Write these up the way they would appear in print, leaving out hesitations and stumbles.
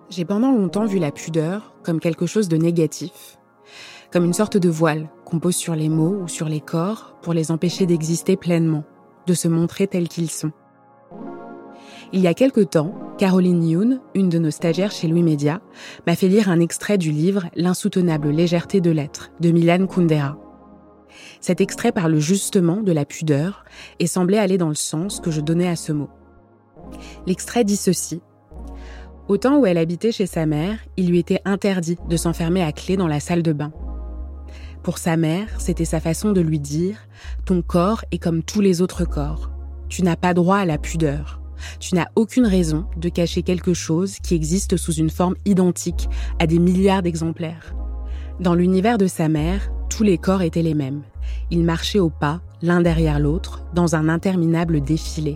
J'ai pendant longtemps vu la pudeur comme quelque chose de négatif, comme une sorte de voile qu'on pose sur les mots ou sur les corps pour les empêcher d'exister pleinement, de se montrer tels qu'ils sont. Il y a quelque temps, Caroline Youn, une de nos stagiaires chez Louis Média, m'a fait lire un extrait du livre « L'insoutenable légèreté de l'être » de Milan Kundera. Cet extrait parle justement de la pudeur et semblait aller dans le sens que je donnais à ce mot. L'extrait dit ceci. Au temps où elle habitait chez sa mère, il lui était interdit de s'enfermer à clé dans la salle de bain. Pour sa mère, c'était sa façon de lui dire « Ton corps est comme tous les autres corps. Tu n'as pas droit à la pudeur. Tu n'as aucune raison de cacher quelque chose qui existe sous une forme identique à des milliards d'exemplaires. » Dans l'univers de sa mère, tous les corps étaient les mêmes. Ils marchaient au pas, l'un derrière l'autre, dans un interminable défilé.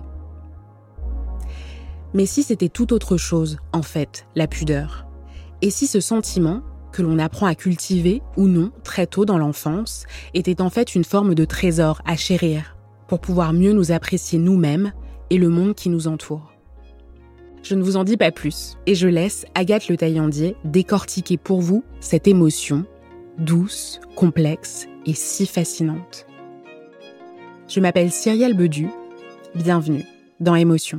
Mais si c'était tout autre chose, en fait, la pudeur? Et si ce sentiment, que l'on apprend à cultiver ou non très tôt dans l'enfance, était en fait une forme de trésor à chérir, pour pouvoir mieux nous apprécier nous-mêmes et le monde qui nous entoure? Je ne vous en dis pas plus, et je laisse Agathe Le Taillandier décortiquer pour vous cette émotion, douce, complexe et si fascinante. Je m'appelle Cyrielle Bedu, bienvenue dans Émotion.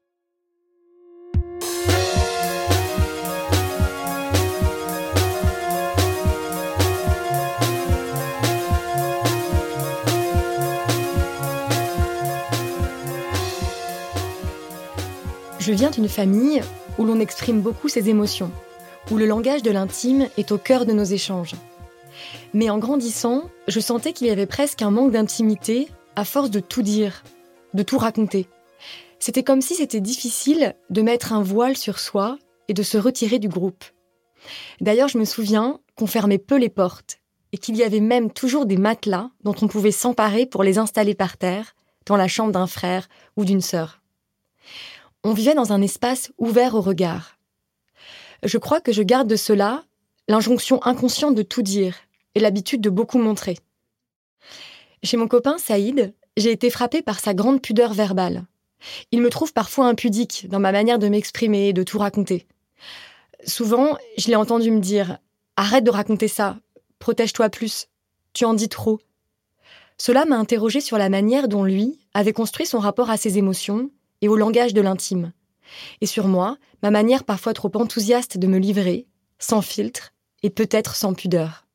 Je viens d'une famille où l'on exprime beaucoup ses émotions, où le langage de l'intime est au cœur de nos échanges. Mais en grandissant, je sentais qu'il y avait presque un manque d'intimité à force de tout dire, de tout raconter. C'était comme si c'était difficile de mettre un voile sur soi et de se retirer du groupe. D'ailleurs, je me souviens qu'on fermait peu les portes et qu'il y avait même toujours des matelas dont on pouvait s'emparer pour les installer par terre, dans la chambre d'un frère ou d'une sœur. On vivait dans un espace ouvert au regard. Je crois que je garde de cela l'injonction inconsciente de tout dire et l'habitude de beaucoup montrer. Chez mon copain Saïd, j'ai été frappée par sa grande pudeur verbale. Il me trouve parfois impudique dans ma manière de m'exprimer et de tout raconter. Souvent, je l'ai entendu me dire « Arrête de raconter ça, protège-toi plus, tu en dis trop ». Cela m'a interrogée sur la manière dont lui avait construit son rapport à ses émotions et au langage de l'intime. Et sur moi, ma manière parfois trop enthousiaste de me livrer, sans filtre et peut-être sans pudeur.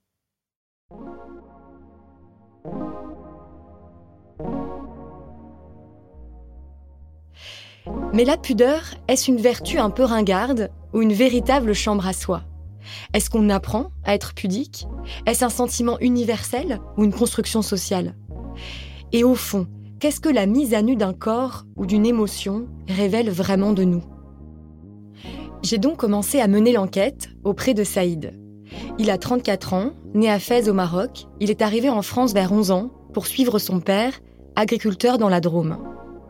Mais la pudeur, est-ce une vertu un peu ringarde ou une véritable chambre à soi? Est-ce qu'on apprend à être pudique? Est-ce un sentiment universel ou une construction sociale? Et au fond, qu'est-ce que la mise à nu d'un corps ou d'une émotion révèle vraiment de nous? J'ai donc commencé à mener l'enquête auprès de Saïd. Il a 34 ans, né à Fès au Maroc. Il est arrivé en France vers 11 ans pour suivre son père, agriculteur dans la Drôme.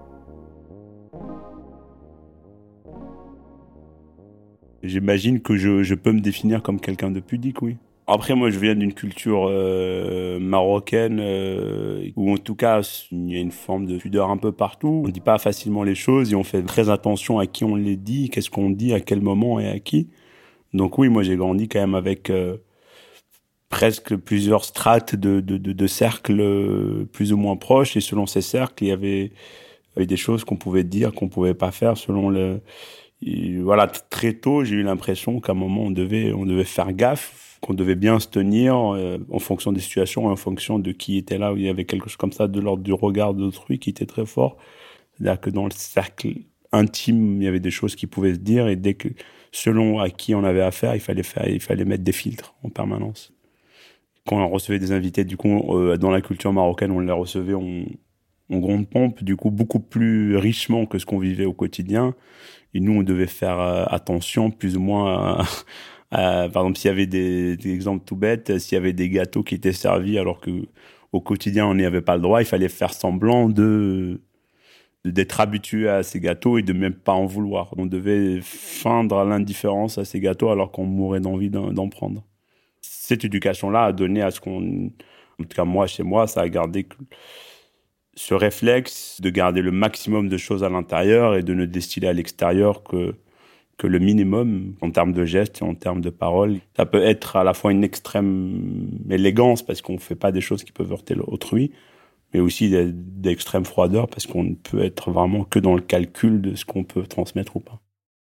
J'imagine que je peux me définir comme quelqu'un de pudique, oui. Après, moi, je viens d'une culture marocaine où, en tout cas, il y a une forme de pudeur un peu partout. On ne dit pas facilement les choses et on fait très attention à qui on les dit, qu'est-ce qu'on dit, à quel moment et à qui. Donc oui, moi, j'ai grandi quand même avec presque plusieurs strates de cercles plus ou moins proches. Et selon ces cercles, il y avait des choses qu'on pouvait dire, qu'on pouvait pas faire selon le... Et voilà, très tôt, j'ai eu l'impression qu'à un moment, on devait faire gaffe, qu'on devait bien se tenir en fonction des situations, en fonction de qui était là, où il y avait quelque chose comme ça de l'ordre du regard d'autrui qui était très fort. C'est-à-dire que dans le cercle intime, il y avait des choses qui pouvaient se dire et dès que, selon à qui on avait affaire, il fallait mettre des filtres en permanence. Quand on recevait des invités, du coup, dans la culture marocaine, on les recevait en grande pompe, du coup, beaucoup plus richement que ce qu'on vivait au quotidien. Et nous, on devait faire attention, plus ou moins, par exemple, s'il y avait des exemples tout bêtes, s'il y avait des gâteaux qui étaient servis alors que au quotidien, on n'y avait pas le droit, il fallait faire semblant d'être habitué à ces gâteaux et de même pas en vouloir. On devait feindre l'indifférence à ces gâteaux alors qu'on mourait d'envie d'en prendre. Cette éducation-là a donné à ce qu'on... En tout cas, moi, chez moi, ça a gardé ce réflexe de garder le maximum de choses à l'intérieur et de ne distiller à l'extérieur que que le minimum en termes de gestes et en termes de paroles. Ça peut être à la fois une extrême élégance parce qu'on ne fait pas des choses qui peuvent heurter autrui, mais aussi d'extrême froideur parce qu'on ne peut être vraiment que dans le calcul de ce qu'on peut transmettre ou pas.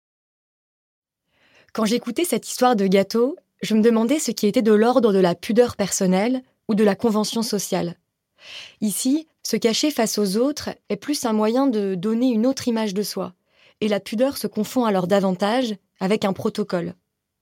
Quand j'écoutais cette histoire de gâteau, je me demandais ce qui était de l'ordre de la pudeur personnelle ou de la convention sociale. Ici, se cacher face aux autres est plus un moyen de donner une autre image de soi, et la pudeur se confond alors davantage avec un protocole.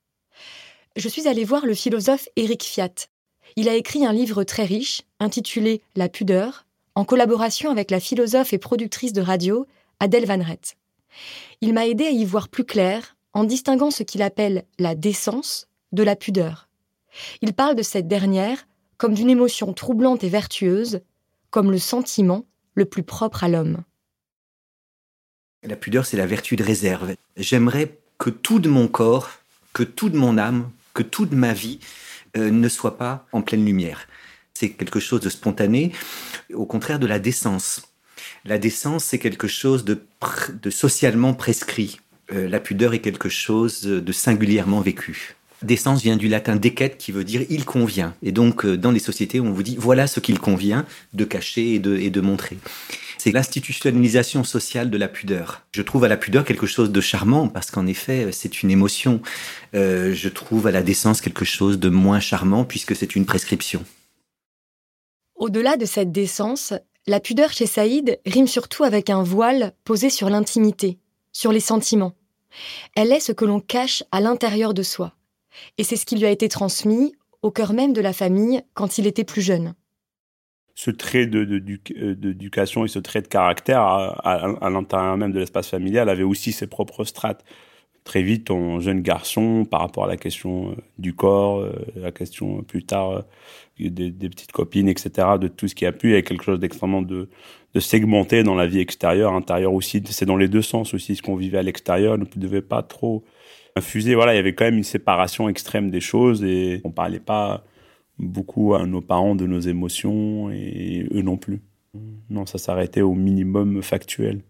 Je suis allée voir le philosophe Éric Fiat. Il a écrit un livre très riche, intitulé « La pudeur », en collaboration avec la philosophe et productrice de radio Adèle Van Rett. Il m'a aidé à y voir plus clair en distinguant ce qu'il appelle la décence de la pudeur. Il parle de cette dernière comme d'une émotion troublante et vertueuse, comme le sentiment le plus propre à l'homme. La pudeur, c'est la vertu de réserve. J'aimerais que tout de mon corps, que tout de mon âme, que toute ma vie ne soit pas en pleine lumière. C'est quelque chose de spontané, au contraire de la décence. La décence, c'est quelque chose de socialement prescrit. La pudeur est quelque chose de singulièrement vécu. Décence vient du latin decet qui veut dire « il convient ». Et donc, dans les sociétés, on vous dit « voilà ce qu'il convient de cacher et de montrer ». C'est l'institutionnalisation sociale de la pudeur. Je trouve à la pudeur quelque chose de charmant parce qu'en effet, c'est une émotion. Je trouve à la décence quelque chose de moins charmant puisque c'est une prescription. Au-delà de cette décence, la pudeur chez Saïd rime surtout avec un voile posé sur l'intimité, sur les sentiments. Elle est ce que l'on cache à l'intérieur de soi. Et c'est ce qui lui a été transmis au cœur même de la famille quand il était plus jeune. Ce trait d'éducation et ce trait de caractère à l'intérieur même de l'espace familial avait aussi ses propres strates. Très vite, en jeune garçon, par rapport à la question du corps, la question plus tard des petites copines, etc., de tout ce qui a pu, il y a quelque chose d'extrêmement de segmenté dans la vie extérieure, intérieure aussi. C'est dans les deux sens aussi, ce qu'on vivait à l'extérieur ne devait pas trop infuser. Voilà, il y avait quand même une séparation extrême des choses et on parlait pas beaucoup à nos parents de nos émotions et eux non plus. Non, ça s'arrêtait au minimum factuel.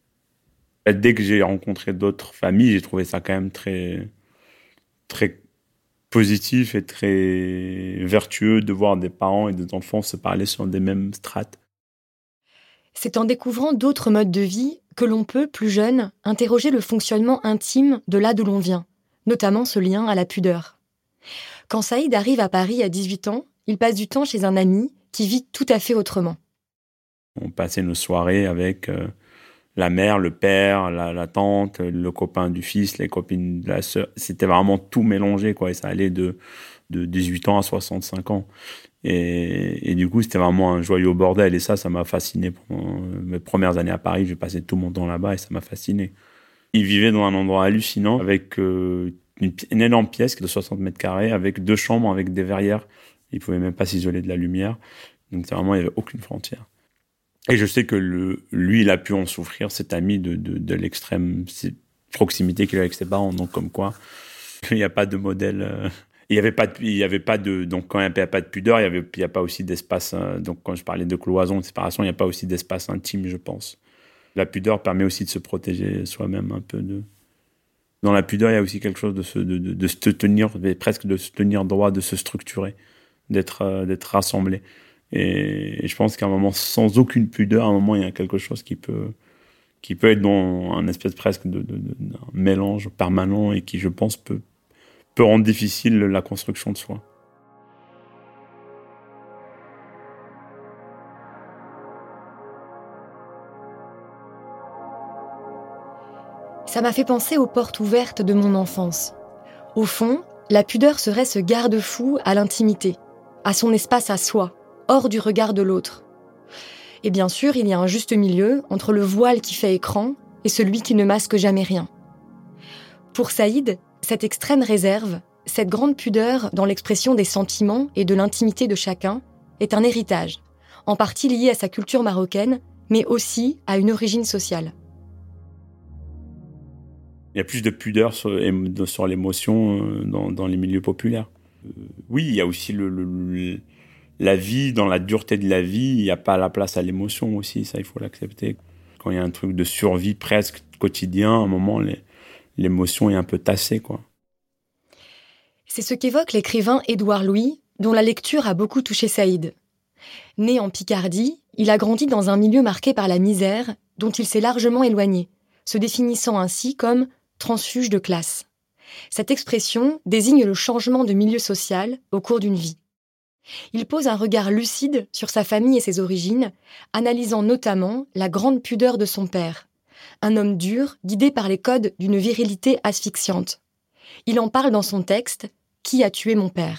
Dès que j'ai rencontré d'autres familles, j'ai trouvé ça quand même très, très positif et très vertueux de voir des parents et des enfants se parler sur des mêmes strates. C'est en découvrant d'autres modes de vie que l'on peut, plus jeune, interroger le fonctionnement intime de là d'où l'on vient, notamment ce lien à la pudeur. Quand Saïd arrive à Paris à 18 ans, il passe du temps chez un ami qui vit tout à fait autrement. On passait nos soirées avec la mère, le père, la tante, le copain du fils, les copines de la sœur. C'était vraiment tout mélangé, quoi. Et ça allait de 18 ans à 65 ans. Et du coup, c'était vraiment un joyeux bordel. Et ça m'a fasciné. Pendant mes premières années à Paris, j'ai passé tout mon temps là-bas et ça m'a fasciné. Il vivait dans un endroit hallucinant avec une énorme pièce de 60 mètres carrés avec 2 chambres avec des verrières. Il pouvait même pas s'isoler de la lumière. Donc vraiment, il n'y avait aucune frontière. Et je sais que lui, il a pu en souffrir, cet ami, de l'extrême proximité qu'il a avec ses parents. Donc comme quoi, il n'y a pas de modèle. Il y avait pas de donc quand il n'y a pas de pudeur, il y a pas aussi d'espace. Donc quand je parlais de cloison, de séparation, il n'y a pas aussi d'espace intime, je pense. La pudeur permet aussi de se protéger soi-même un peu de. Dans la pudeur, il y a aussi quelque chose de se tenir, presque de se tenir droit, de se structurer, d'être rassemblé. Et je pense qu'à un moment, sans aucune pudeur, à un moment, il y a quelque chose qui peut être dans un espèce presque d'un mélange permanent et qui, je pense, peut rendre difficile la construction de soi. Ça m'a fait penser aux portes ouvertes de mon enfance. Au fond, la pudeur serait ce garde-fou à l'intimité, à son espace à soi, hors du regard de l'autre. Et bien sûr, il y a un juste milieu entre le voile qui fait écran et celui qui ne masque jamais rien. Pour Saïd, cette extrême réserve, cette grande pudeur dans l'expression des sentiments et de l'intimité de chacun, est un héritage, en partie lié à sa culture marocaine, mais aussi à une origine sociale. Il y a plus de pudeur sur l'émotion dans les milieux populaires. Oui, il y a aussi la vie, dans la dureté de la vie, il n'y a pas la place à l'émotion aussi, ça il faut l'accepter. Quand il y a un truc de survie presque quotidien, à un moment, l'émotion est un peu tassée, quoi. C'est ce qu'évoque l'écrivain Édouard Louis, dont la lecture a beaucoup touché Saïd. Né en Picardie, il a grandi dans un milieu marqué par la misère, dont il s'est largement éloigné, se définissant ainsi comme « transfuge de classe ». Cette expression désigne le changement de milieu social au cours d'une vie. Il pose un regard lucide sur sa famille et ses origines, analysant notamment la grande pudeur de son père, un homme dur, guidé par les codes d'une virilité asphyxiante. Il en parle dans son texte « Qui a tué mon père ?»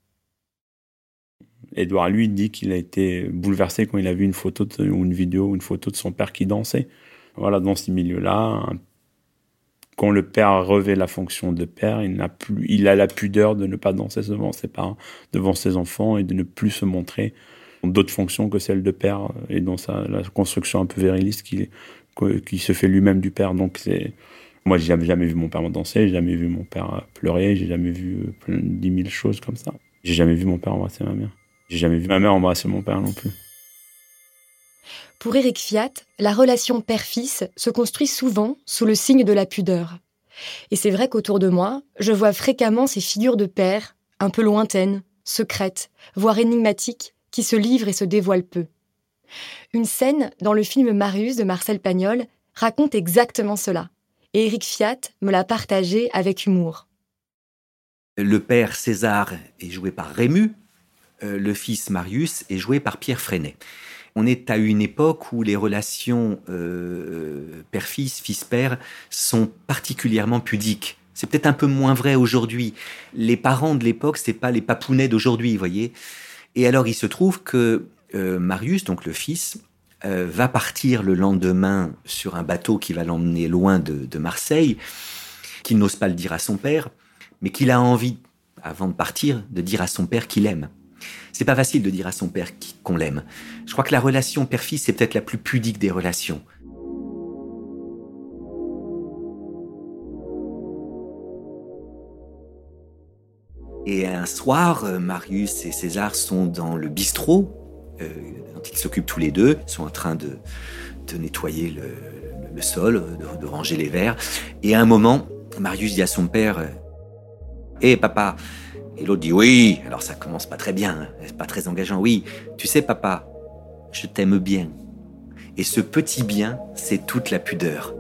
Édouard, lui, dit qu'il a été bouleversé quand il a vu une photo ou une vidéo ou une photo de son père qui dansait. Voilà, dans ce milieu-là, quand le père revêt la fonction de père, il a la pudeur de ne pas danser devant ses parents, devant ses enfants et de ne plus se montrer dans d'autres fonctions que celle de père et dans la construction un peu viriliste qui se fait lui-même du père. Donc moi, j'ai jamais vu mon père danser, j'ai jamais vu mon père pleurer, j'ai jamais vu 10 000 choses comme ça. J'ai jamais vu mon père embrasser ma mère. J'ai jamais vu ma mère embrasser mon père non plus. Pour Éric Fiat, la relation père-fils se construit souvent sous le signe de la pudeur. Et c'est vrai qu'autour de moi, je vois fréquemment ces figures de pères, un peu lointaines, secrètes, voire énigmatiques, qui se livrent et se dévoilent peu. Une scène dans le film Marius de Marcel Pagnol raconte exactement cela. Et Éric Fiat me l'a partagé avec humour. Le père César est joué par Rému, le fils Marius est joué par Pierre Freinet. On est à une époque où les relations père-fils, fils-père sont particulièrement pudiques. C'est peut-être un peu moins vrai aujourd'hui. Les parents de l'époque, c'est pas les papounets d'aujourd'hui, vous voyez. Et alors, il se trouve que Marius, donc le fils, va partir le lendemain sur un bateau qui va l'emmener loin de Marseille, qu'il n'ose pas le dire à son père, mais qu'il a envie, avant de partir, de dire à son père qu'il aime. C'est pas facile de dire à son père qu'on l'aime. Je crois que la relation père-fils, c'est peut-être la plus pudique des relations. Et un soir, Marius et César sont dans le bistrot, dont ils s'occupent tous les deux, ils sont en train de nettoyer le sol, de ranger les verres. Et à un moment, Marius dit à son père « Hé papa !» Et l'autre dit « Oui !» Alors ça commence pas très bien, c'est pas très engageant. « Oui, tu sais papa, je t'aime bien. » Et ce petit bien, c'est toute la pudeur.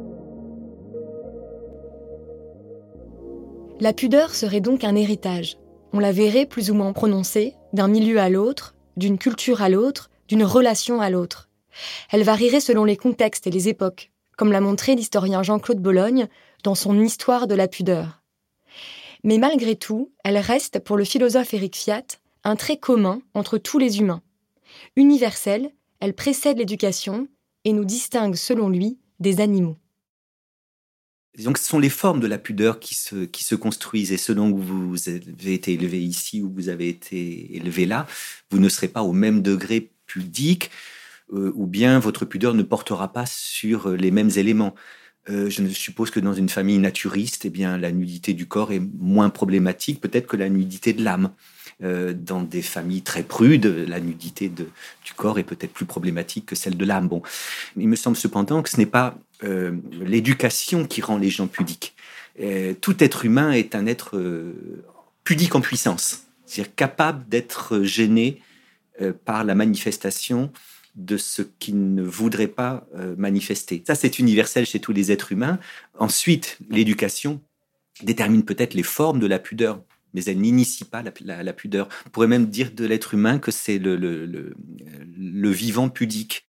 La pudeur serait donc un héritage. On la verrait plus ou moins prononcée d'un milieu à l'autre, d'une culture à l'autre, d'une relation à l'autre. Elle varierait selon les contextes et les époques, comme l'a montré l'historien Jean-Claude Bologne dans son Histoire de la pudeur. Mais malgré tout, elle reste, pour le philosophe Éric Fiat, un trait commun entre tous les humains. Universelle, elle précède l'éducation et nous distingue, selon lui, des animaux. Donc, ce sont les formes de la pudeur qui se construisent. Et selon que vous avez été élevé ici ou vous avez été élevé là, vous ne serez pas au même degré pudique, ou bien votre pudeur ne portera pas sur les mêmes éléments. Je suppose que dans une famille naturiste, eh bien, la nudité du corps est moins problématique peut-être que la nudité de l'âme. Dans des familles très prudes, la nudité du corps est peut-être plus problématique que celle de l'âme. Bon, il me semble cependant que ce n'est pas l'éducation qui rend les gens pudiques. Tout être humain est un être pudique en puissance, c'est-à-dire capable d'être gêné par la manifestation de ce qu'il ne voudrait pas manifester. Ça, c'est universel chez tous les êtres humains. Ensuite, l'éducation détermine peut-être les formes de la pudeur, mais elle n'initie pas la pudeur. On pourrait même dire de l'être humain que c'est le vivant pudique.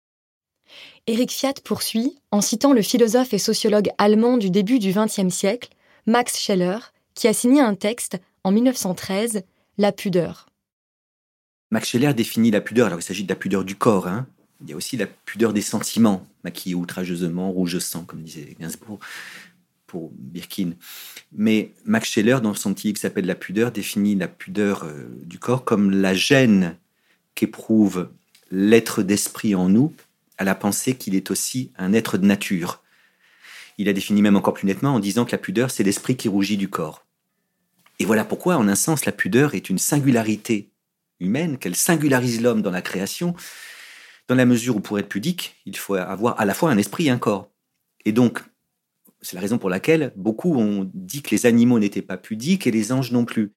Éric Fiat poursuit en citant le philosophe et sociologue allemand du début du XXe siècle, Max Scheler, qui a signé un texte en 1913, « La pudeur ». Max Scheler définit la pudeur, alors il s'agit de la pudeur du corps, hein. Il y a aussi la pudeur des sentiments, maquillée outrageusement, rouge sang, comme disait Gainsbourg pour Birkin. Mais Max Scheler, dans son petit livre qui s'appelle La pudeur, définit la pudeur du corps comme la gêne qu'éprouve l'être d'esprit en nous à la pensée qu'il est aussi un être de nature. Il a défini même encore plus nettement en disant que la pudeur, c'est l'esprit qui rougit du corps. Et voilà pourquoi, en un sens, la pudeur est une singularité humaine, qu'elle singularise l'homme dans la création, dans la mesure où pour être pudique, il faut avoir à la fois un esprit et un corps. Et donc, C'est la raison pour laquelle beaucoup ont dit que les animaux n'étaient pas pudiques et les anges non plus.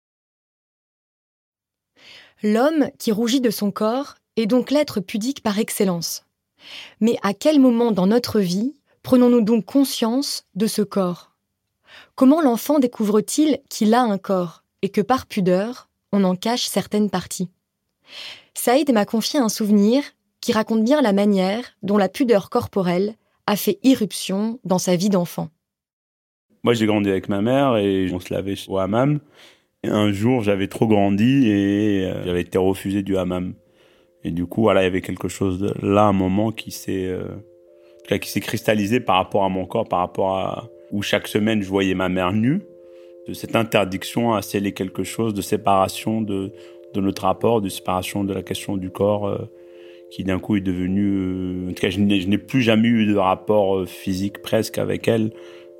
L'homme qui rougit de son corps est donc l'être pudique par excellence. Mais à quel moment dans notre vie prenons-nous donc conscience de ce corps ? Comment l'enfant découvre-t-il qu'il a un corps et que par pudeur, on en cache certaines parties ? Saïd m'a confié un souvenir qui raconte bien la manière dont la pudeur corporelle a fait irruption dans sa vie d'enfant. Moi, j'ai grandi avec ma mère et on se lavait au hammam. Et un jour, j'avais trop grandi et j'avais été refusé du hammam. Et du coup, voilà, il y avait quelque chose là, un moment qui s'est cristallisé par rapport à mon corps, par rapport à où chaque semaine je voyais ma mère nue. De cette interdiction a scellé quelque chose de séparation de notre rapport, de séparation de la question du corps, qui d'un coup est devenu... en tout cas, je n'ai plus jamais eu de rapport physique presque avec elle.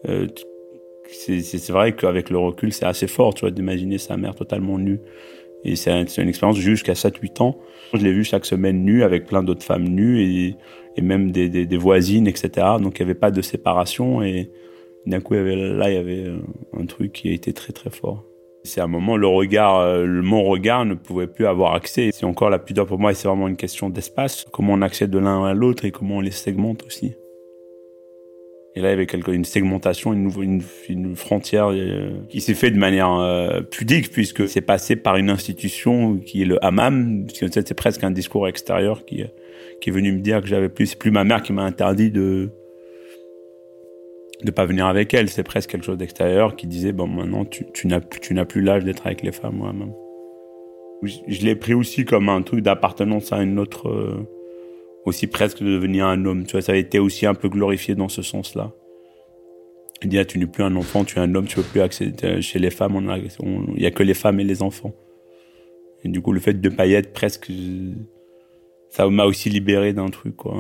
C'est vrai qu'avec le recul, c'est assez fort, tu vois, d'imaginer sa mère totalement nue. Et c'est une expérience jusqu'à 7-8 ans. Je l'ai vue chaque semaine nue avec plein d'autres femmes nues et même des voisines, etc. Donc il n'y avait pas de séparation et d'un coup, il y avait un truc qui a été très très fort. C'est un moment, mon regard ne pouvait plus avoir accès. C'est encore la pudeur pour moi et c'est vraiment une question d'espace. Comment on accède de l'un à l'autre et comment on les segmente aussi. Et là, il y avait une segmentation, une frontière qui s'est faite de manière pudique, puisque c'est passé par une institution qui est le hammam, puisque c'est presque un discours extérieur qui est venu me dire que c'est plus ma mère qui m'a interdit de pas venir avec elle. C'est presque quelque chose d'extérieur qui disait, bon, maintenant, tu n'as plus l'âge d'être avec les femmes, moi-même. Je l'ai pris aussi comme un truc d'appartenance à une autre... aussi presque de devenir un homme, tu vois, ça a été aussi un peu glorifié dans ce sens-là. Il dit, ah, tu n'es plus un enfant, tu es un homme, tu peux plus accéder chez les femmes, il y a que les femmes et les enfants. Et du coup, le fait de ne pas y être presque, ça m'a aussi libéré d'un truc, quoi.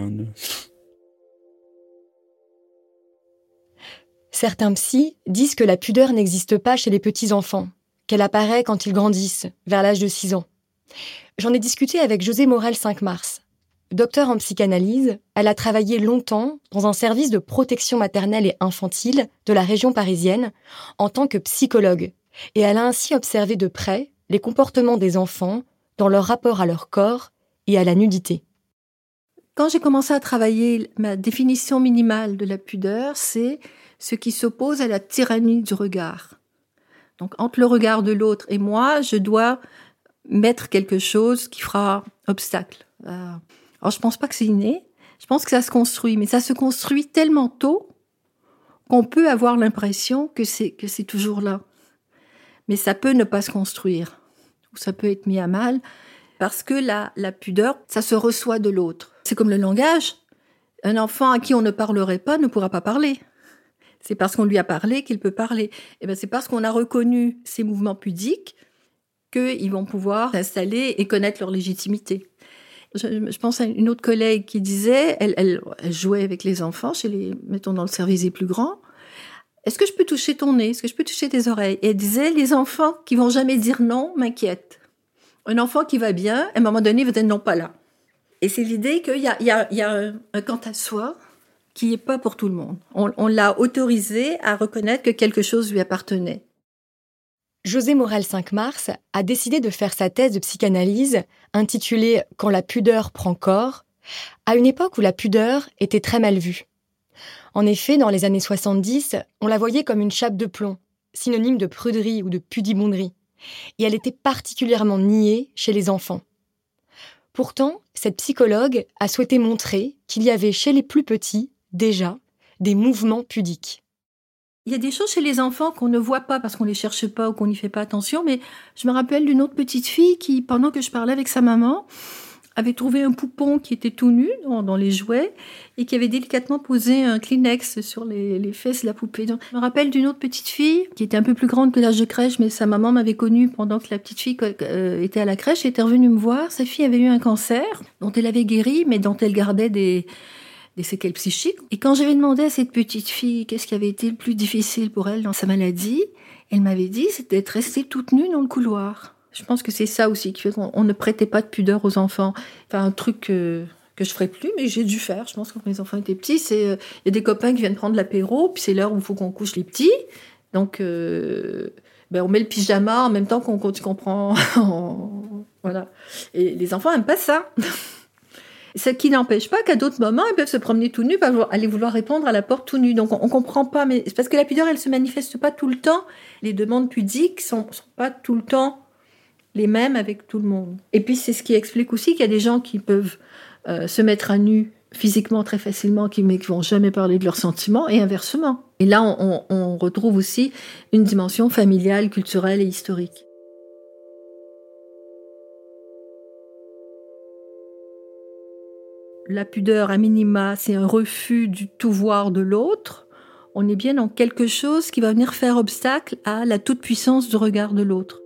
Certains psys disent que la pudeur n'existe pas chez les petits-enfants, qu'elle apparaît quand ils grandissent, vers l'âge de 6 ans. J'en ai discuté avec José Morel 5 Mars. Docteure en psychanalyse, elle a travaillé longtemps dans un service de protection maternelle et infantile de la région parisienne en tant que psychologue. Et elle a ainsi observé de près les comportements des enfants dans leur rapport à leur corps et à la nudité. Quand j'ai commencé à travailler, ma définition minimale de la pudeur, c'est ce qui s'oppose à la tyrannie du regard. Donc, entre le regard de l'autre et moi, je dois mettre quelque chose qui fera obstacle. Alors, je pense pas que c'est inné. Je pense que ça se construit, mais ça se construit tellement tôt qu'on peut avoir l'impression que c'est toujours là. Mais ça peut ne pas se construire, ou ça peut être mis à mal, parce que la pudeur, ça se reçoit de l'autre. C'est comme le langage. Un enfant à qui on ne parlerait pas ne pourra pas parler. C'est parce qu'on lui a parlé qu'il peut parler. Et bien, c'est parce qu'on a reconnu ces mouvements pudiques qu'ils vont pouvoir s'installer et connaître leur légitimité. Je pense à une autre collègue qui disait, elle jouait avec les enfants, mettons dans le service des plus grands. Est-ce que je peux toucher ton nez? Est-ce que je peux toucher tes oreilles? Et elle disait, les enfants qui vont jamais dire non m'inquiètent. Un enfant qui va bien, à un moment donné, va dire non, pas là. Et c'est l'idée qu'il y a un quant à soi qui n'est pas pour tout le monde. On l'a autorisé à reconnaître que quelque chose lui appartenait. José Morel 5 Mars a décidé de faire sa thèse de psychanalyse intitulée « Quand la pudeur prend corps » à une époque où la pudeur était très mal vue. En effet, dans les années 70, on la voyait comme une chape de plomb, synonyme de pruderie ou de pudibonderie, et elle était particulièrement niée chez les enfants. Pourtant, cette psychologue a souhaité montrer qu'il y avait chez les plus petits, déjà, des mouvements pudiques. Il y a des choses chez les enfants qu'on ne voit pas parce qu'on les cherche pas ou qu'on n'y fait pas attention, mais je me rappelle d'une autre petite fille qui, pendant que je parlais avec sa maman, avait trouvé un poupon qui était tout nu dans les jouets et qui avait délicatement posé un Kleenex sur les fesses de la poupée. Donc, je me rappelle d'une autre petite fille qui était un peu plus grande que l'âge de crèche, mais sa maman m'avait connue pendant que la petite fille était à la crèche et était revenue me voir. Sa fille avait eu un cancer dont elle avait guéri, mais dont elle gardait des séquelles psychiques. Et quand j'avais demandé à cette petite fille qu'est-ce qui avait été le plus difficile pour elle dans sa maladie, elle m'avait dit c'était d'être restée toute nue dans le couloir. Je pense que c'est ça aussi qui fait qu'on ne prêtait pas de pudeur aux enfants. Enfin, un truc que que je ferai plus, mais j'ai dû faire. Je pense que quand mes enfants étaient petits, il y a des copains qui viennent prendre l'apéro, puis c'est l'heure où il faut qu'on couche les petits. Donc, on met le pyjama en même temps qu'on prend. Voilà. Et les enfants n'aiment pas ça. Ce qui n'empêche pas qu'à d'autres moments, ils peuvent se promener tout nus, aller vouloir répondre à la porte tout nus. Donc, on ne comprend pas. Mais c'est parce que la pudeur, elle ne se manifeste pas tout le temps. Les demandes pudiques sont pas tout le temps les mêmes avec tout le monde. Et puis, c'est ce qui explique aussi qu'il y a des gens qui peuvent se mettre à nu physiquement très facilement, mais qui ne vont jamais parler de leurs sentiments, et inversement. Et là, on retrouve aussi une dimension familiale, culturelle et historique. La pudeur, à minima, c'est un refus du tout voir de l'autre. On est bien dans quelque chose qui va venir faire obstacle à la toute-puissance du regard de l'autre.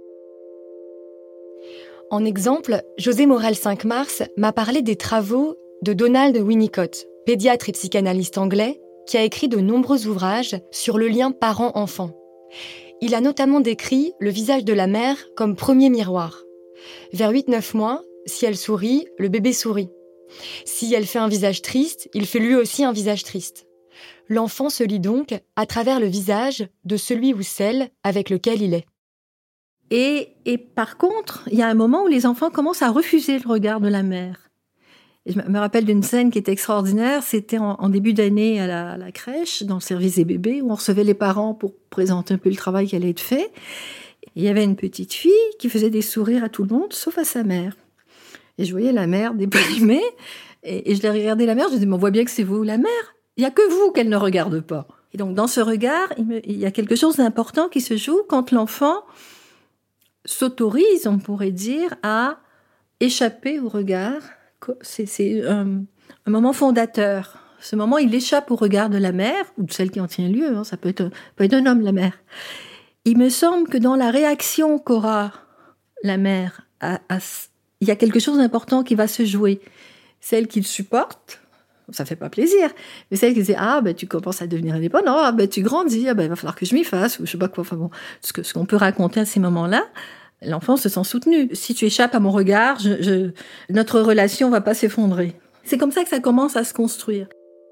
En exemple, José Morel-Cinq-Mars m'a parlé des travaux de Donald Winnicott, pédiatre et psychanalyste anglais, qui a écrit de nombreux ouvrages sur le lien parent-enfant. Il a notamment décrit le visage de la mère comme premier miroir. Vers 8-9 mois, si elle sourit, le bébé sourit. Si elle fait un visage triste, il fait lui aussi un visage triste. L'enfant se lit donc à travers le visage de celui ou celle avec lequel il est. Et par contre, il y a un moment où les enfants commencent à refuser le regard de la mère. Et je me rappelle d'une scène qui était extraordinaire, c'était en début d'année à la crèche, dans le service des bébés, où on recevait les parents pour présenter un peu le travail qui allait être fait. Et il y avait une petite fille qui faisait des sourires à tout le monde, sauf à sa mère. Et je voyais la mère déprimée, et je l'ai regardé la mère, je disais, mais on voit bien que c'est vous la mère, il n'y a que vous qu'elle ne regarde pas. Et donc dans ce regard, il y a quelque chose d'important qui se joue quand l'enfant s'autorise, on pourrait dire, à échapper au regard. C'est un moment fondateur. Ce moment, il échappe au regard de la mère, ou de celle qui en tient lieu, ça peut être un homme, la mère. Il me semble que dans la réaction qu'aura la mère, il y a quelque chose d'important qui va se jouer. Celle qu'il supporte, ça fait pas plaisir, mais celle qui dit tu commences à devenir indépendant, tu grandis, il va falloir que je m'y fasse, ou je sais pas quoi, ce qu'on peut raconter à ces moments-là, l'enfant se sent soutenu. Si tu échappes à mon regard, notre relation va pas s'effondrer. C'est comme ça que ça commence à se construire.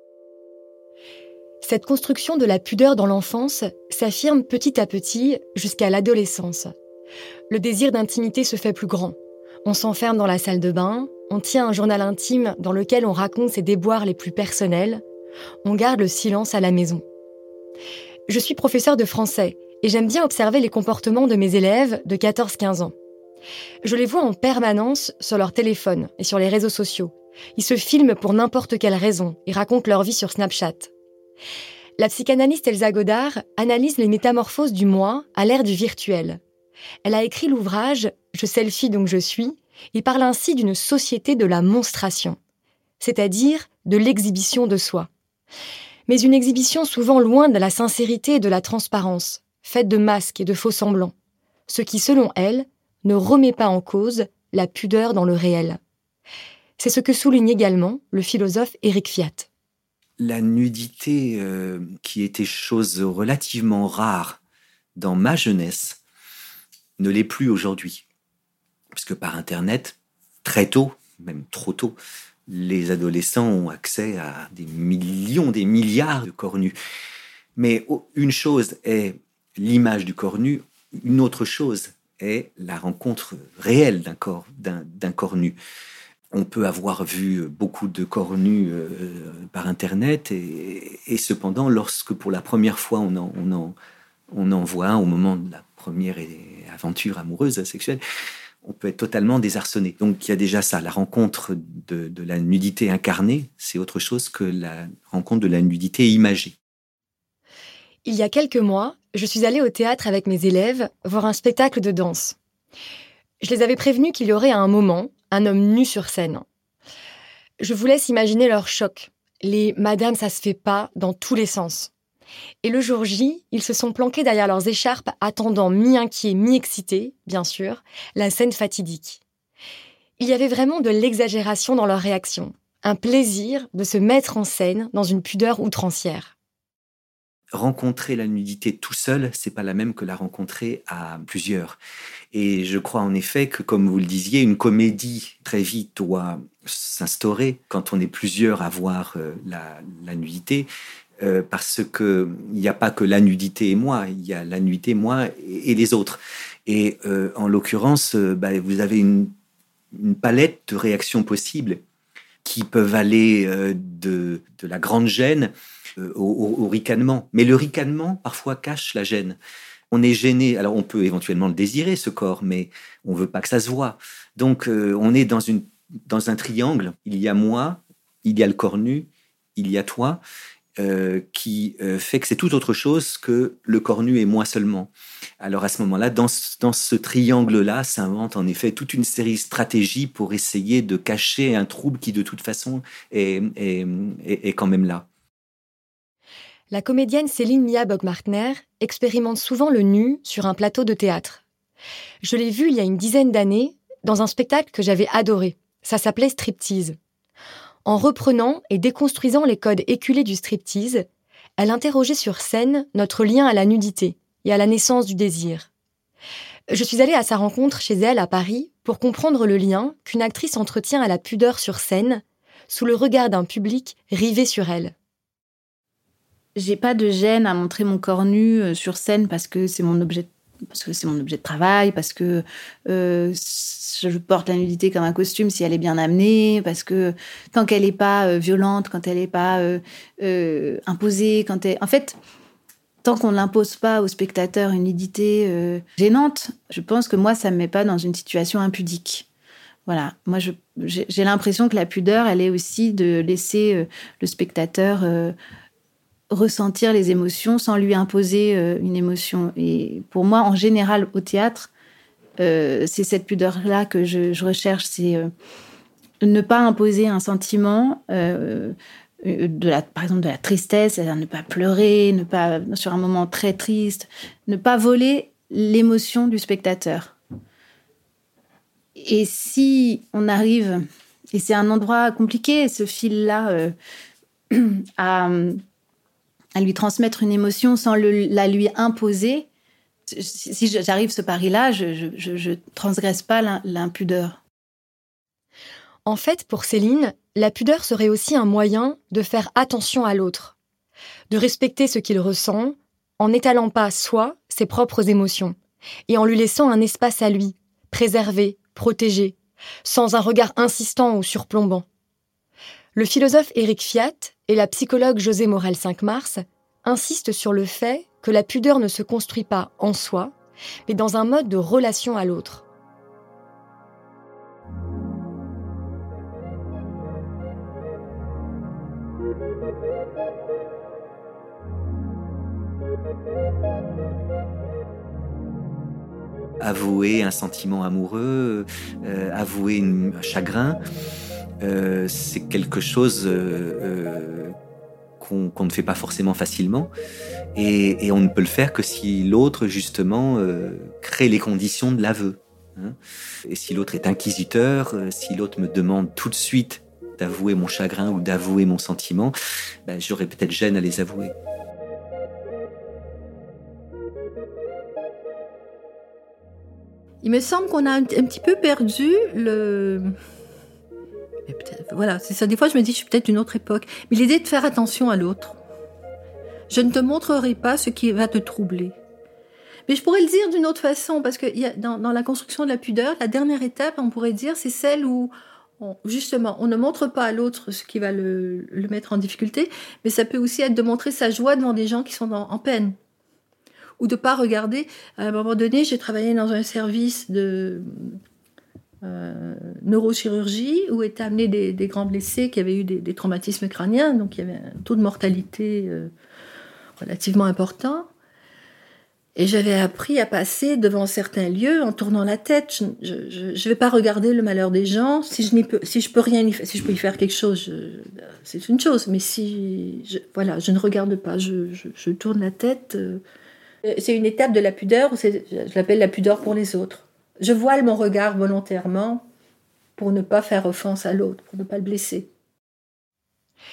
Cette construction de la pudeur dans l'enfance s'affirme petit à petit jusqu'à l'adolescence. Le désir d'intimité se fait plus grand. On s'enferme dans la salle de bain, on tient un journal intime dans lequel on raconte ses déboires les plus personnels, on garde le silence à la maison. Je suis professeure de français et j'aime bien observer les comportements de mes élèves de 14-15 ans. Je les vois en permanence sur leur téléphone et sur les réseaux sociaux. Ils se filment pour n'importe quelle raison et racontent leur vie sur Snapchat. La psychanalyste Elsa Godard analyse les métamorphoses du moi à l'ère du virtuel. Elle a écrit l'ouvrage « Je selfie donc je suis » et parle ainsi d'une société de la monstration, c'est-à-dire de l'exhibition de soi. Mais une exhibition souvent loin de la sincérité et de la transparence, faite de masques et de faux-semblants, ce qui, selon elle, ne remet pas en cause la pudeur dans le réel. C'est ce que souligne également le philosophe Éric Fiat. La nudité, qui était chose relativement rare dans ma jeunesse, ne l'est plus aujourd'hui. Parce que par Internet, très tôt, même trop tôt, les adolescents ont accès à des millions, des milliards de corps nus. Mais une chose est l'image du corps nu, une autre chose est la rencontre réelle d'un corps nu. On peut avoir vu beaucoup de corps nus par Internet et cependant, lorsque pour la première fois on en voit un au moment de la première aventure amoureuse, sexuelle, on peut être totalement désarçonné. Donc il y a déjà ça, la rencontre de la nudité incarnée, c'est autre chose que la rencontre de la nudité imagée. Il y a quelques mois, je suis allée au théâtre avec mes élèves voir un spectacle de danse. Je les avais prévenus qu'il y aurait à un moment un homme nu sur scène. Je vous laisse imaginer leur choc. Les « madame, ça se fait pas » dans tous les sens. Et le jour J, ils se sont planqués derrière leurs écharpes, attendant mi-inquiets, mi-excités, bien sûr, la scène fatidique. Il y avait vraiment de l'exagération dans leur réaction, un plaisir de se mettre en scène dans une pudeur outrancière. rencontrer la nudité tout seul, c'est pas la même que la rencontrer à plusieurs. Et je crois en effet que, comme vous le disiez, une comédie très vite doit s'instaurer quand on est plusieurs à voir la nudité, parce que il n'y a pas que la nudité et moi, il y a la nudité, moi et les autres. Et en l'occurrence, vous avez une palette de réactions possibles qui peuvent aller de la grande gêne au ricanement. Mais le ricanement, parfois, cache la gêne. On est gêné, alors on peut éventuellement le désirer, ce corps, mais on veut pas que ça se voie. Donc, on est dans un triangle. Il y a moi, il y a le corps nu, il y a toi, qui fait que c'est tout autre chose que le corps nu et moi seulement. Alors, à ce moment-là, dans ce triangle-là, s'invente en effet toute une série de stratégies pour essayer de cacher un trouble qui, de toute façon, est quand même là. La comédienne Céline Mia Bock-Martner expérimente souvent le nu sur un plateau de théâtre. Je l'ai vue il y a une dizaine d'années dans un spectacle que j'avais adoré. Ça s'appelait Striptease. En reprenant et déconstruisant les codes éculés du striptease, elle interrogeait sur scène notre lien à la nudité et à la naissance du désir. Je suis allée à sa rencontre chez elle à Paris pour comprendre le lien qu'une actrice entretient à la pudeur sur scène, sous le regard d'un public rivé sur elle. J'ai pas de gêne à montrer mon corps nu sur scène parce que c'est mon objet de travail, parce que je porte la nudité comme un costume si elle est bien amenée, parce que tant qu'elle n'est pas violente, quand elle n'est pas imposée, en fait, tant qu'on ne l'impose pas au spectateur une nudité gênante, je pense que moi, ça ne me met pas dans une situation impudique. Voilà, moi j'ai l'impression que la pudeur, elle est aussi de laisser le spectateur ressentir les émotions sans lui imposer une émotion. Et pour moi, en général, au théâtre, c'est cette pudeur-là que je recherche, c'est ne pas imposer un sentiment, par exemple de la tristesse, c'est-à-dire ne pas pleurer, ne pas, sur un moment très triste, ne pas voler l'émotion du spectateur. Et si on arrive, et c'est un endroit compliqué, ce fil-là, à lui transmettre une émotion sans la lui imposer. Si j'arrive ce pari-là, je transgresse pas l'impudeur. En fait, pour Céline, la pudeur serait aussi un moyen de faire attention à l'autre, de respecter ce qu'il ressent, en n'étalant pas, soi, ses propres émotions, et en lui laissant un espace à lui, préservé, protégé, sans un regard insistant ou surplombant. Le philosophe Éric Fiat et la psychologue José Morel 5 Mars insistent sur le fait que la pudeur ne se construit pas en soi, mais dans un mode de relation à l'autre. Avouer un sentiment amoureux, avouer un chagrin, c'est quelque chose qu'on ne fait pas forcément facilement, et on ne peut le faire que si l'autre justement crée les conditions de l'aveu. Et si l'autre est inquisiteur, si l'autre me demande tout de suite d'avouer mon chagrin ou d'avouer mon sentiment, j'aurais peut-être gêne à les avouer. Il me semble qu'on a un petit peu perdu le... Voilà, c'est ça. Des fois, je me dis, je suis peut-être d'une autre époque. Mais l'idée de faire attention à l'autre. Je ne te montrerai pas ce qui va te troubler. Mais je pourrais le dire d'une autre façon, parce que dans la construction de la pudeur, la dernière étape, on pourrait dire, c'est celle où, justement, on ne montre pas à l'autre ce qui va le mettre en difficulté, mais ça peut aussi être de montrer sa joie devant des gens qui sont en peine. Ou de ne pas regarder. À un moment donné, j'ai travaillé dans un service de neurochirurgie où étaient amenés des grands blessés qui avaient eu des traumatismes crâniens, donc il y avait un taux de mortalité relativement important. Et j'avais appris à passer devant certains lieux en tournant la tête. Je vais pas regarder le malheur des gens. Si je peux rien y faire, si je peux y faire quelque chose, c'est une chose. Mais je ne regarde pas. Je tourne la tête. C'est une étape de la pudeur. Je l'appelle la pudeur pour les autres. Je voile mon regard volontairement pour ne pas faire offense à l'autre, pour ne pas le blesser.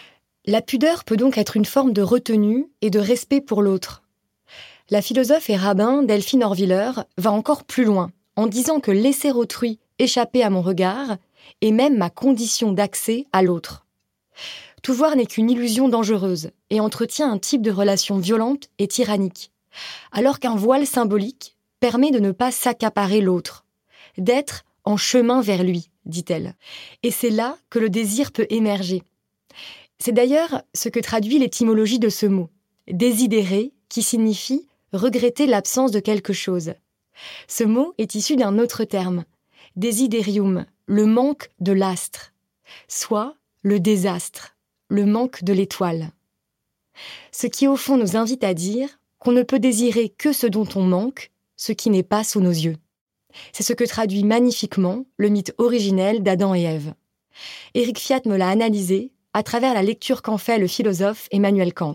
La pudeur peut donc être une forme de retenue et de respect pour l'autre. La philosophe et rabbin Delphine Horviller va encore plus loin, en disant que laisser autrui échapper à mon regard est même ma condition d'accès à l'autre. Tout voir n'est qu'une illusion dangereuse et entretient un type de relation violente et tyrannique, alors qu'un voile symbolique permet de ne pas s'accaparer l'autre, d'être en chemin vers lui, dit-elle. Et c'est là que le désir peut émerger. C'est d'ailleurs ce que traduit l'étymologie de ce mot, désidérer, qui signifie regretter l'absence de quelque chose. Ce mot est issu d'un autre terme, desiderium, le manque de l'astre, soit le désastre, le manque de l'étoile. Ce qui au fond nous invite à dire qu'on ne peut désirer que ce dont on manque, ce qui n'est pas sous nos yeux. C'est ce que traduit magnifiquement le mythe originel d'Adam et Ève. Éric Fiat me l'a analysé à travers la lecture qu'en fait le philosophe Emmanuel Kant.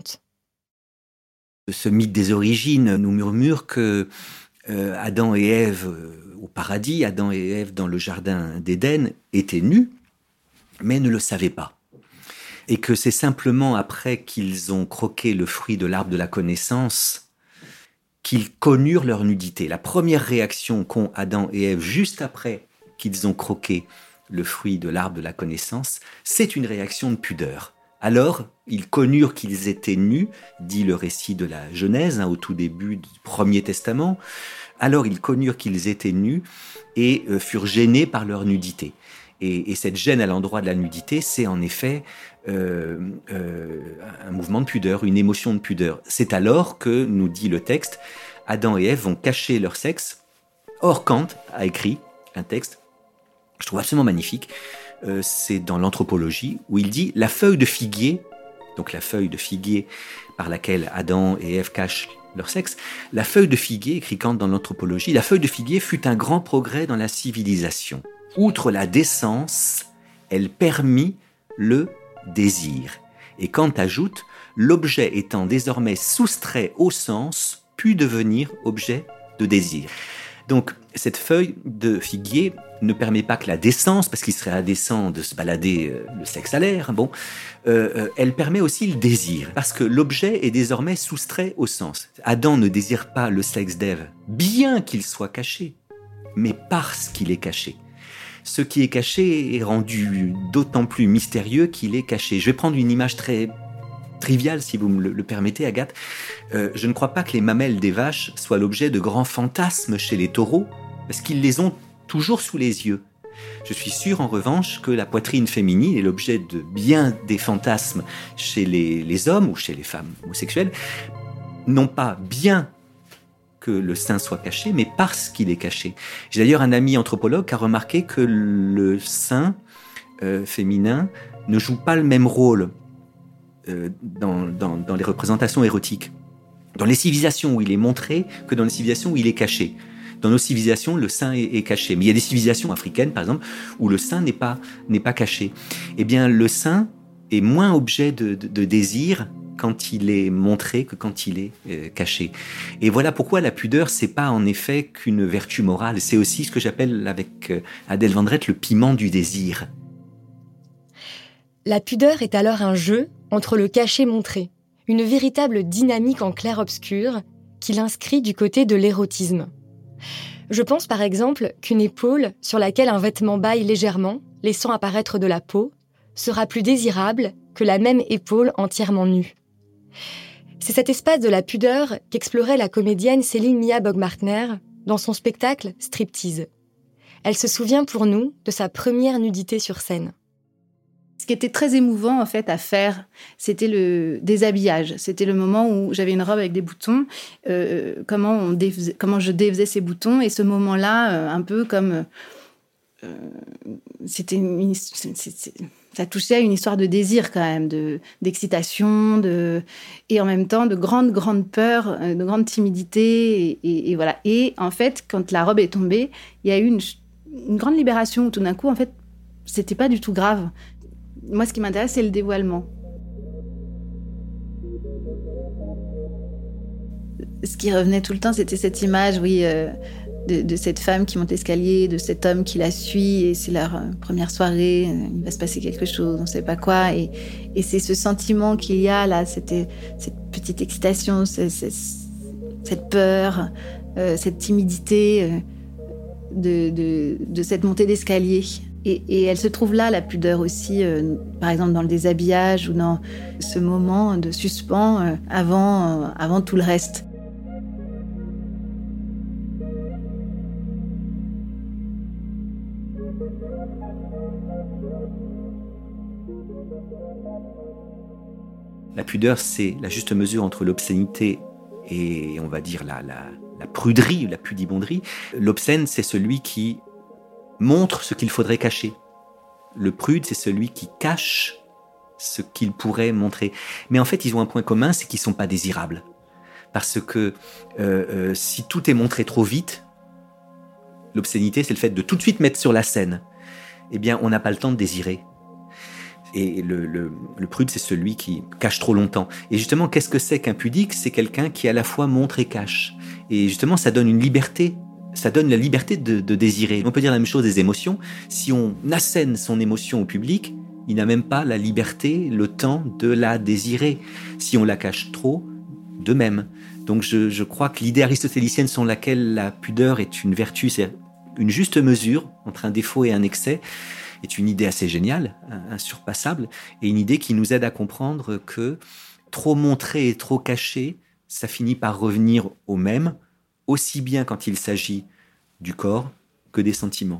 Ce mythe des origines nous murmure que Adam et Ève au paradis, Adam et Ève dans le jardin d'Éden étaient nus, mais ne le savaient pas. Et que c'est simplement après qu'ils ont croqué le fruit de l'arbre de la connaissance qu'ils connurent leur nudité. La première réaction qu'ont Adam et Ève juste après qu'ils ont croqué le fruit de l'arbre de la connaissance, c'est une réaction de pudeur. Alors, ils connurent qu'ils étaient nus, dit le récit de la Genèse, au tout début du Premier Testament. Alors, ils connurent qu'ils étaient nus et furent gênés par leur nudité. Et cette gêne à l'endroit de la nudité, c'est en effet un mouvement de pudeur, une émotion de pudeur. C'est alors que, nous dit le texte, Adam et Ève vont cacher leur sexe. Or, Kant a écrit un texte, je trouve absolument magnifique, c'est dans l'Anthropologie, où il dit « La feuille de figuier », donc la feuille de figuier par laquelle Adam et Ève cachent leur sexe, la feuille de figuier, écrit Kant dans l'Anthropologie, la feuille de figuier fut un grand progrès dans la civilisation. Outre la décence, elle permit le désir. Et Kant ajoute, l'objet étant désormais soustrait au sens, put devenir objet de désir. Donc, cette feuille de figuier ne permet pas que la décence, parce qu'il serait indécent de se balader le sexe à l'air, elle permet aussi le désir, parce que l'objet est désormais soustrait au sens. Adam ne désire pas le sexe d'Ève, bien qu'il soit caché, mais parce qu'il est caché. Ce qui est caché est rendu d'autant plus mystérieux qu'il est caché. Je vais prendre une image très triviale, si vous me le permettez, Agathe. Je ne crois pas que les mamelles des vaches soient l'objet de grands fantasmes chez les taureaux, parce qu'ils les ont toujours sous les yeux. Je suis sûr, en revanche, que la poitrine féminine est l'objet de bien des fantasmes chez les hommes ou chez les femmes homosexuelles, non pas bien que le sein soit caché, mais parce qu'il est caché. J'ai d'ailleurs un ami anthropologue qui a remarqué que le sein féminin ne joue pas le même rôle dans les représentations érotiques. Dans les civilisations où il est montré que dans les civilisations où il est caché. Dans nos civilisations, le sein est caché. Mais il y a des civilisations africaines, par exemple, où le sein n'est pas caché. Eh bien, le sein est moins objet de désir quand il est montré que quand il est caché. Et voilà pourquoi la pudeur, c'est pas en effet qu'une vertu morale. C'est aussi ce que j'appelle, avec Adèle Vendrette, le piment du désir. La pudeur est alors un jeu entre le caché-montré, une véritable dynamique en clair-obscur qui l'inscrit du côté de l'érotisme. Je pense par exemple qu'une épaule sur laquelle un vêtement bâille légèrement, laissant apparaître de la peau, sera plus désirable que la même épaule entièrement nue. C'est cet espace de la pudeur qu'explorait la comédienne Céline Mia Bogmartner dans son spectacle Striptease. Elle se souvient pour nous de sa première nudité sur scène. Ce qui était très émouvant en fait à faire, c'était le déshabillage. C'était le moment où j'avais une robe avec des boutons, comment je défaisais ces boutons, et ce moment-là, un peu comme ça touchait à une histoire de désir quand même, d'excitation, et en même temps de grande peur, de grande timidité, et voilà. Et en fait, quand la robe est tombée, il y a eu une grande libération où tout d'un coup, en fait, c'était pas du tout grave. Moi, ce qui m'intéresse, c'est le dévoilement. Ce qui revenait tout le temps, c'était cette image, oui, de cette femme qui monte l'escalier, de cet homme qui la suit, et c'est leur première soirée, il va se passer quelque chose, on ne sait pas quoi, et c'est ce sentiment qu'il y a là, cette petite excitation, cette peur, cette timidité de cette montée d'escalier. Et elle se trouve là, la pudeur aussi, par exemple dans le déshabillage ou dans ce moment de suspens avant tout le reste. La pudeur, c'est la juste mesure entre l'obscénité et, on va dire, la pruderie, la pudibonderie. L'obscène, c'est celui qui montre ce qu'il faudrait cacher. Le prude, c'est celui qui cache ce qu'il pourrait montrer. Mais en fait, ils ont un point commun, c'est qu'ils ne sont pas désirables. Parce que si tout est montré trop vite, l'obscénité, c'est le fait de tout de suite mettre sur la scène. Eh bien, on n'a pas le temps de désirer. Et le prude, c'est celui qui cache trop longtemps. Et justement, qu'est-ce que c'est qu'un pudique ? C'est quelqu'un qui à la fois montre et cache. Et justement, ça donne une liberté. Ça donne la liberté de désirer. On peut dire la même chose des émotions. Si on assène son émotion au public, il n'a même pas la liberté, le temps de la désirer. Si on la cache trop, de même. Donc je crois que l'idée aristotélicienne selon laquelle la pudeur est une vertu, c'est une juste mesure entre un défaut et un excès, est une idée assez géniale, insurpassable, et une idée qui nous aide à comprendre que trop montrer et trop cacher, ça finit par revenir au même, aussi bien quand il s'agit du corps que des sentiments.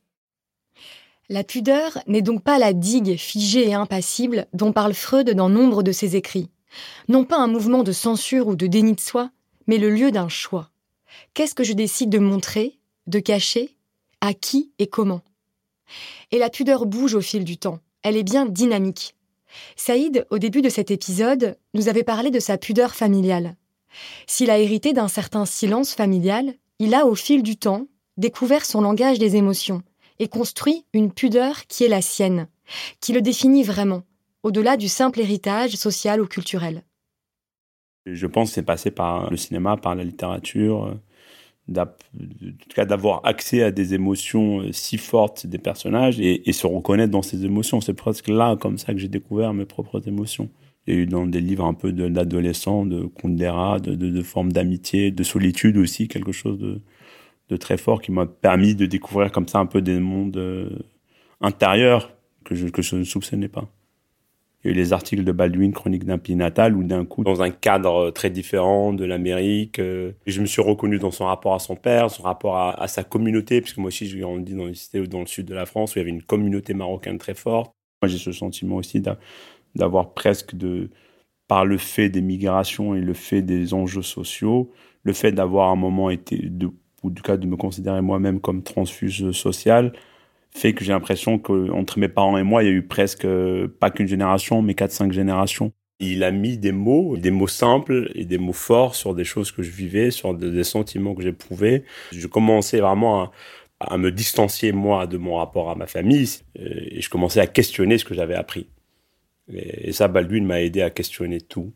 La pudeur n'est donc pas la digue figée et impassible dont parle Freud dans nombre de ses écrits. Non pas un mouvement de censure ou de déni de soi, mais le lieu d'un choix. Qu'est-ce que je décide de montrer, de cacher, à qui et comment ? Et la pudeur bouge au fil du temps. Elle est bien dynamique. Saïd, au début de cet épisode, nous avait parlé de sa pudeur familiale. S'il a hérité d'un certain silence familial, il a, au fil du temps, découvert son langage des émotions et construit une pudeur qui est la sienne, qui le définit vraiment, au-delà du simple héritage social ou culturel. Je pense que c'est passé par le cinéma, par la littérature, en tout cas d'avoir accès à des émotions si fortes des personnages et se reconnaître dans ces émotions. C'est presque là, comme ça, que j'ai découvert mes propres émotions. Il y a eu dans des livres un peu d'adolescents, de Kundera, de formes d'amitié, de solitude aussi, quelque chose de très fort qui m'a permis de découvrir comme ça un peu des mondes intérieurs que je ne soupçonnais pas. Il y a eu les articles de Baldwin, Chronique d'un pays natal, où d'un coup, dans un cadre très différent de l'Amérique, je me suis reconnu dans son rapport à son père, son rapport à sa communauté, parce que moi aussi, j'ai grandi dans une cité dans le sud de la France, où il y avait une communauté marocaine très forte. Moi, j'ai ce sentiment aussi d'avoir presque, par le fait des migrations et le fait des enjeux sociaux, le fait d'avoir à un moment ou en tout cas de me considérer moi-même comme transfuge social, fait que j'ai l'impression qu'entre mes parents et moi, il y a eu presque, pas qu'une génération, mais 4-5 générations. Il a mis des mots simples et des mots forts sur des choses que je vivais, sur des sentiments que j'éprouvais. Je commençais vraiment à me distancier, moi, de mon rapport à ma famille, et je commençais à questionner ce que j'avais appris. Et ça, Baldwin m'a aidé à questionner tout.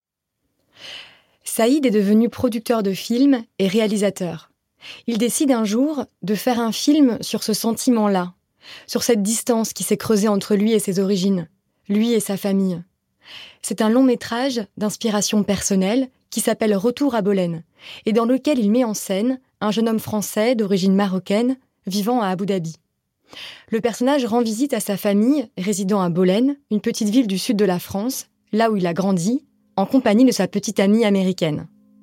Saïd est devenu producteur de films et réalisateur. Il décide un jour de faire un film sur ce sentiment-là, sur cette distance qui s'est creusée entre lui et ses origines, lui et sa famille. C'est un long métrage d'inspiration personnelle qui s'appelle Retour à Bolène et dans lequel il met en scène un jeune homme français d'origine marocaine vivant à Abu Dhabi. Le personnage rend visite à sa famille résidant à Bolène, une petite ville du sud de la France, là où il a grandi, en compagnie de sa petite amie américaine.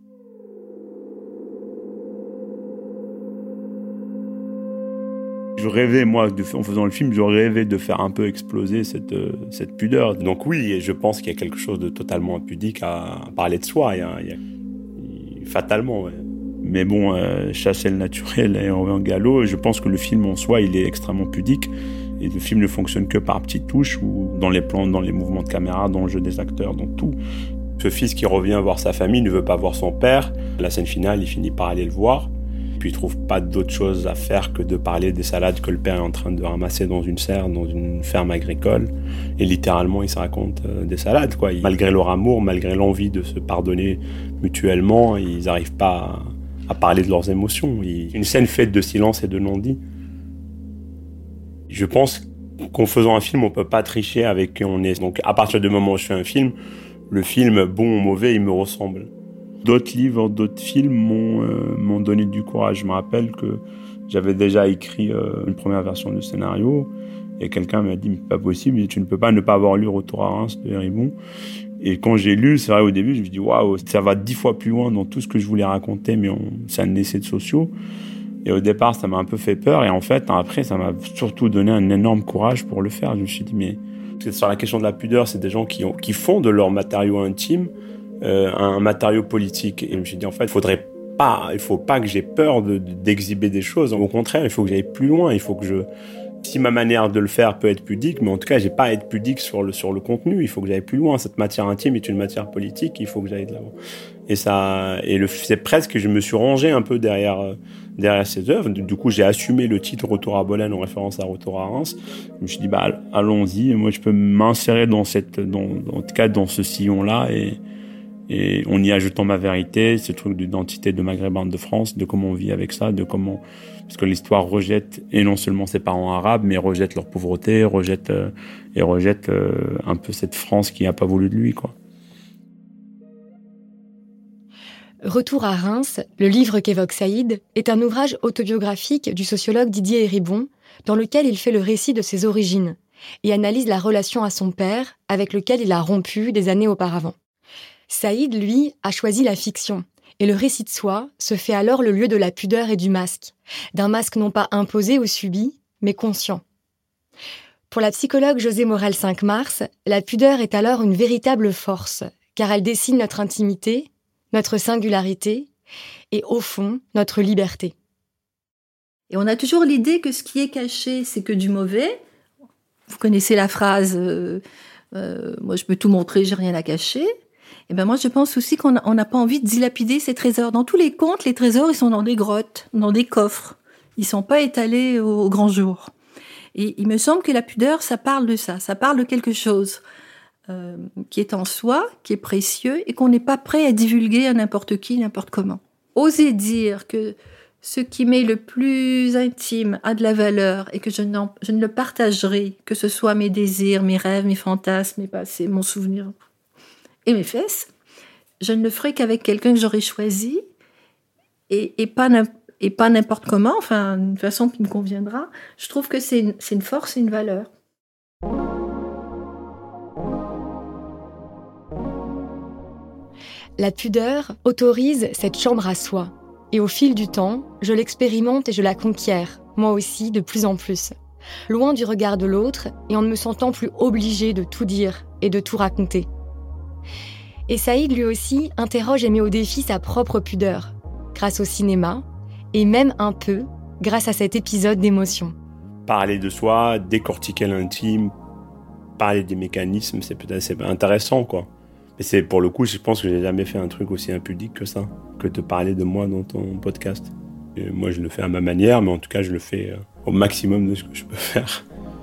Je rêvais, moi, en faisant le film, je rêvais de faire un peu exploser cette pudeur. Donc oui, je pense qu'il y a quelque chose de totalement impudique à parler de soi, fatalement. Ouais. Mais bon, chasser le naturel et on va en galop, je pense que le film en soi, il est extrêmement pudique. Et le film ne fonctionne que par petites touches, ou dans les plans, dans les mouvements de caméra, dans le jeu des acteurs, dans tout. Ce fils qui revient voir sa famille ne veut pas voir son père. La scène finale, il finit par aller le voir. Puis il trouve pas d'autre chose à faire que de parler des salades que le père est en train de ramasser dans une serre, dans une ferme agricole. Et littéralement, il se raconte des salades, quoi. Malgré leur amour, malgré l'envie de se pardonner mutuellement, ils n'arrivent pas à parler de leurs émotions. Une scène faite de silence et de non-dit. Je pense qu'en faisant un film, on peut pas tricher avec qui on est. Donc à partir du moment où je fais un film, le film, bon ou mauvais, il me ressemble. D'autres livres, d'autres films m'ont donné du courage. Je me rappelle que j'avais déjà écrit une première version du scénario et quelqu'un m'a dit « mais c'est pas possible, tu ne peux pas ne pas avoir lu Retour à Reims de Héribon ». Et quand j'ai lu, c'est vrai au début, je me suis dit « waouh, ça va 10 fois plus loin dans tout ce que je voulais raconter, mais c'est un essai de sociaux ». Et au départ, ça m'a un peu fait peur et en fait, après, ça m'a surtout donné un énorme courage pour le faire. Je me suis dit « mais c'est sur la question de la pudeur, c'est des gens qui font de leur matériau intime un matériau politique ». Et je me suis dit « en fait, il faut pas que j'ai peur d'exhiber des choses. Au contraire, il faut que j'aille plus loin. Il faut que si ma manière de le faire peut être pudique, mais en tout cas, j'ai pas à être pudique sur le contenu. Il faut que j'aille plus loin. Cette matière intime est une matière politique. Il faut que j'aille de l'avant. C'est presque que je me suis rangé un peu derrière ces œuvres. Du coup, j'ai assumé le titre Retour à Bolène en référence à Retour à Reims. Je me suis dit, allons-y. Moi, je peux m'insérer en tout cas, dans ce sillon-là et en y ajoutant ma vérité, ce truc d'identité de maghrébin de France, de comment on vit avec ça, parce que l'histoire rejette, et non seulement ses parents arabes, mais rejette leur pauvreté, rejette un peu cette France qui n'a pas voulu de lui, quoi. Retour à Reims, le livre qu'évoque Saïd, est un ouvrage autobiographique du sociologue Didier Héribon, dans lequel il fait le récit de ses origines et analyse la relation à son père, avec lequel il a rompu des années auparavant. Saïd, lui, a choisi la fiction, et le récit de soi se fait alors le lieu de la pudeur et du masque, d'un masque non pas imposé ou subi, mais conscient. Pour la psychologue José Morel 5 Mars, la pudeur est alors une véritable force, car elle dessine notre intimité, notre singularité, et au fond, notre liberté. Et on a toujours l'idée que ce qui est caché, c'est que du mauvais. Vous connaissez la phrase moi je peux tout montrer, j'ai rien à cacher. Et ben moi je pense aussi qu'on n'a pas envie de dilapider ces trésors. Dans tous les contes, les trésors ils sont dans des grottes, dans des coffres. Ils sont pas étalés au grand jour. Et il me semble que la pudeur, ça parle de ça. Ça parle de quelque chose qui est en soi, qui est précieux et qu'on n'est pas prêt à divulguer à n'importe qui, n'importe comment. Oser dire que ce qui m'est le plus intime a de la valeur et que je ne le partagerai, que ce soit mes désirs, mes rêves, mes fantasmes, mes passés, mon souvenir et mes fesses, je ne le ferai qu'avec quelqu'un que j'aurai choisi et pas n'importe comment, enfin, d'une façon qui me conviendra. Je trouve que c'est une force et une valeur. La pudeur autorise cette chambre à soi. Et au fil du temps, je l'expérimente et je la conquiers, moi aussi, de plus en plus. Loin du regard de l'autre et en ne me sentant plus obligée de tout dire et de tout raconter. Et Saïd, lui aussi, interroge et met au défi sa propre pudeur, grâce au cinéma, et même un peu grâce à cet épisode d'émotion. Parler de soi, décortiquer l'intime, parler des mécanismes, c'est intéressant, quoi. Mais pour le coup, je pense que j'ai jamais fait un truc aussi impudique que ça, que de parler de moi dans ton podcast. Et moi, je le fais à ma manière, mais en tout cas, je le fais au maximum de ce que je peux faire.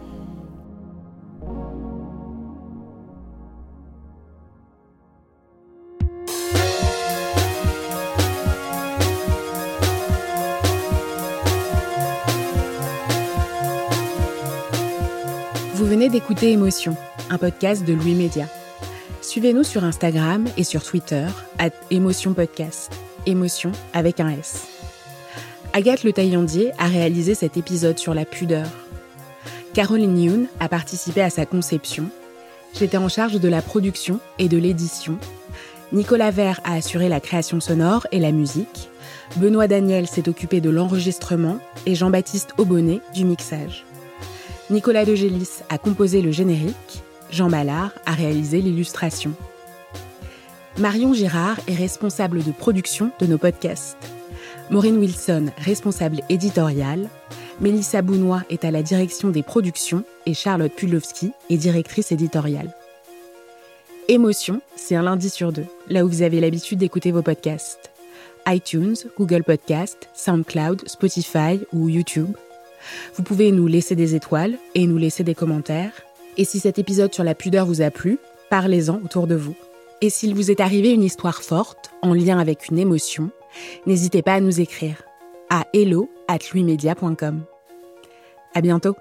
Vous venez d'écouter Émotion, un podcast de Louis Média. Suivez-nous sur Instagram et sur Twitter @émotionpodcast. Émotion avec un S. Agathe Le Taillandier a réalisé cet épisode sur la pudeur. Caroline Youn a participé à sa conception. J'étais en charge de la production et de l'édition. Nicolas Vert a assuré la création sonore et la musique. Benoît Daniel s'est occupé de l'enregistrement et Jean-Baptiste Aubonnet du mixage. Nicolas De Gélis a composé le générique. Jean Ballard a réalisé l'illustration. Marion Girard est responsable de production de nos podcasts. Maureen Wilson, responsable éditoriale. Mélissa Bounois est à la direction des productions et Charlotte Pudlowski est directrice éditoriale. Émotion, c'est un lundi sur 2, là où vous avez l'habitude d'écouter vos podcasts. iTunes, Google Podcasts, SoundCloud, Spotify ou YouTube. Vous pouvez nous laisser des étoiles et nous laisser des commentaires. Et si cet épisode sur la pudeur vous a plu, parlez-en autour de vous. Et s'il vous est arrivé une histoire forte, en lien avec une émotion, N'hésitez pas à nous écrire à hello@louismedia.com. À bientôt.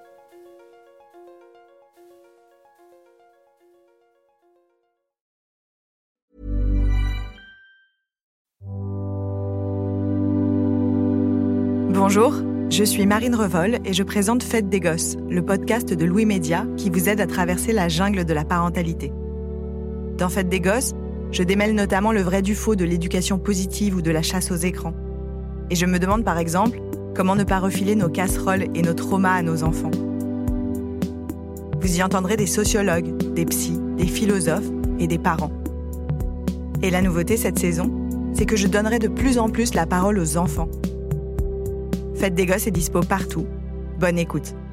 Bonjour, je suis Marine Revol et je présente Fête des Gosses, le podcast de Louis Média qui vous aide à traverser la jungle de la parentalité. Dans Fête des Gosses, je démêle notamment le vrai du faux de l'éducation positive ou de la chasse aux écrans. Et je me demande par exemple, comment ne pas refiler nos casseroles et nos traumas à nos enfants. Vous y entendrez des sociologues, des psys, des philosophes et des parents. Et la nouveauté cette saison, c'est que je donnerai de plus en plus la parole aux enfants. Fête des Gosses est dispo partout. Bonne écoute.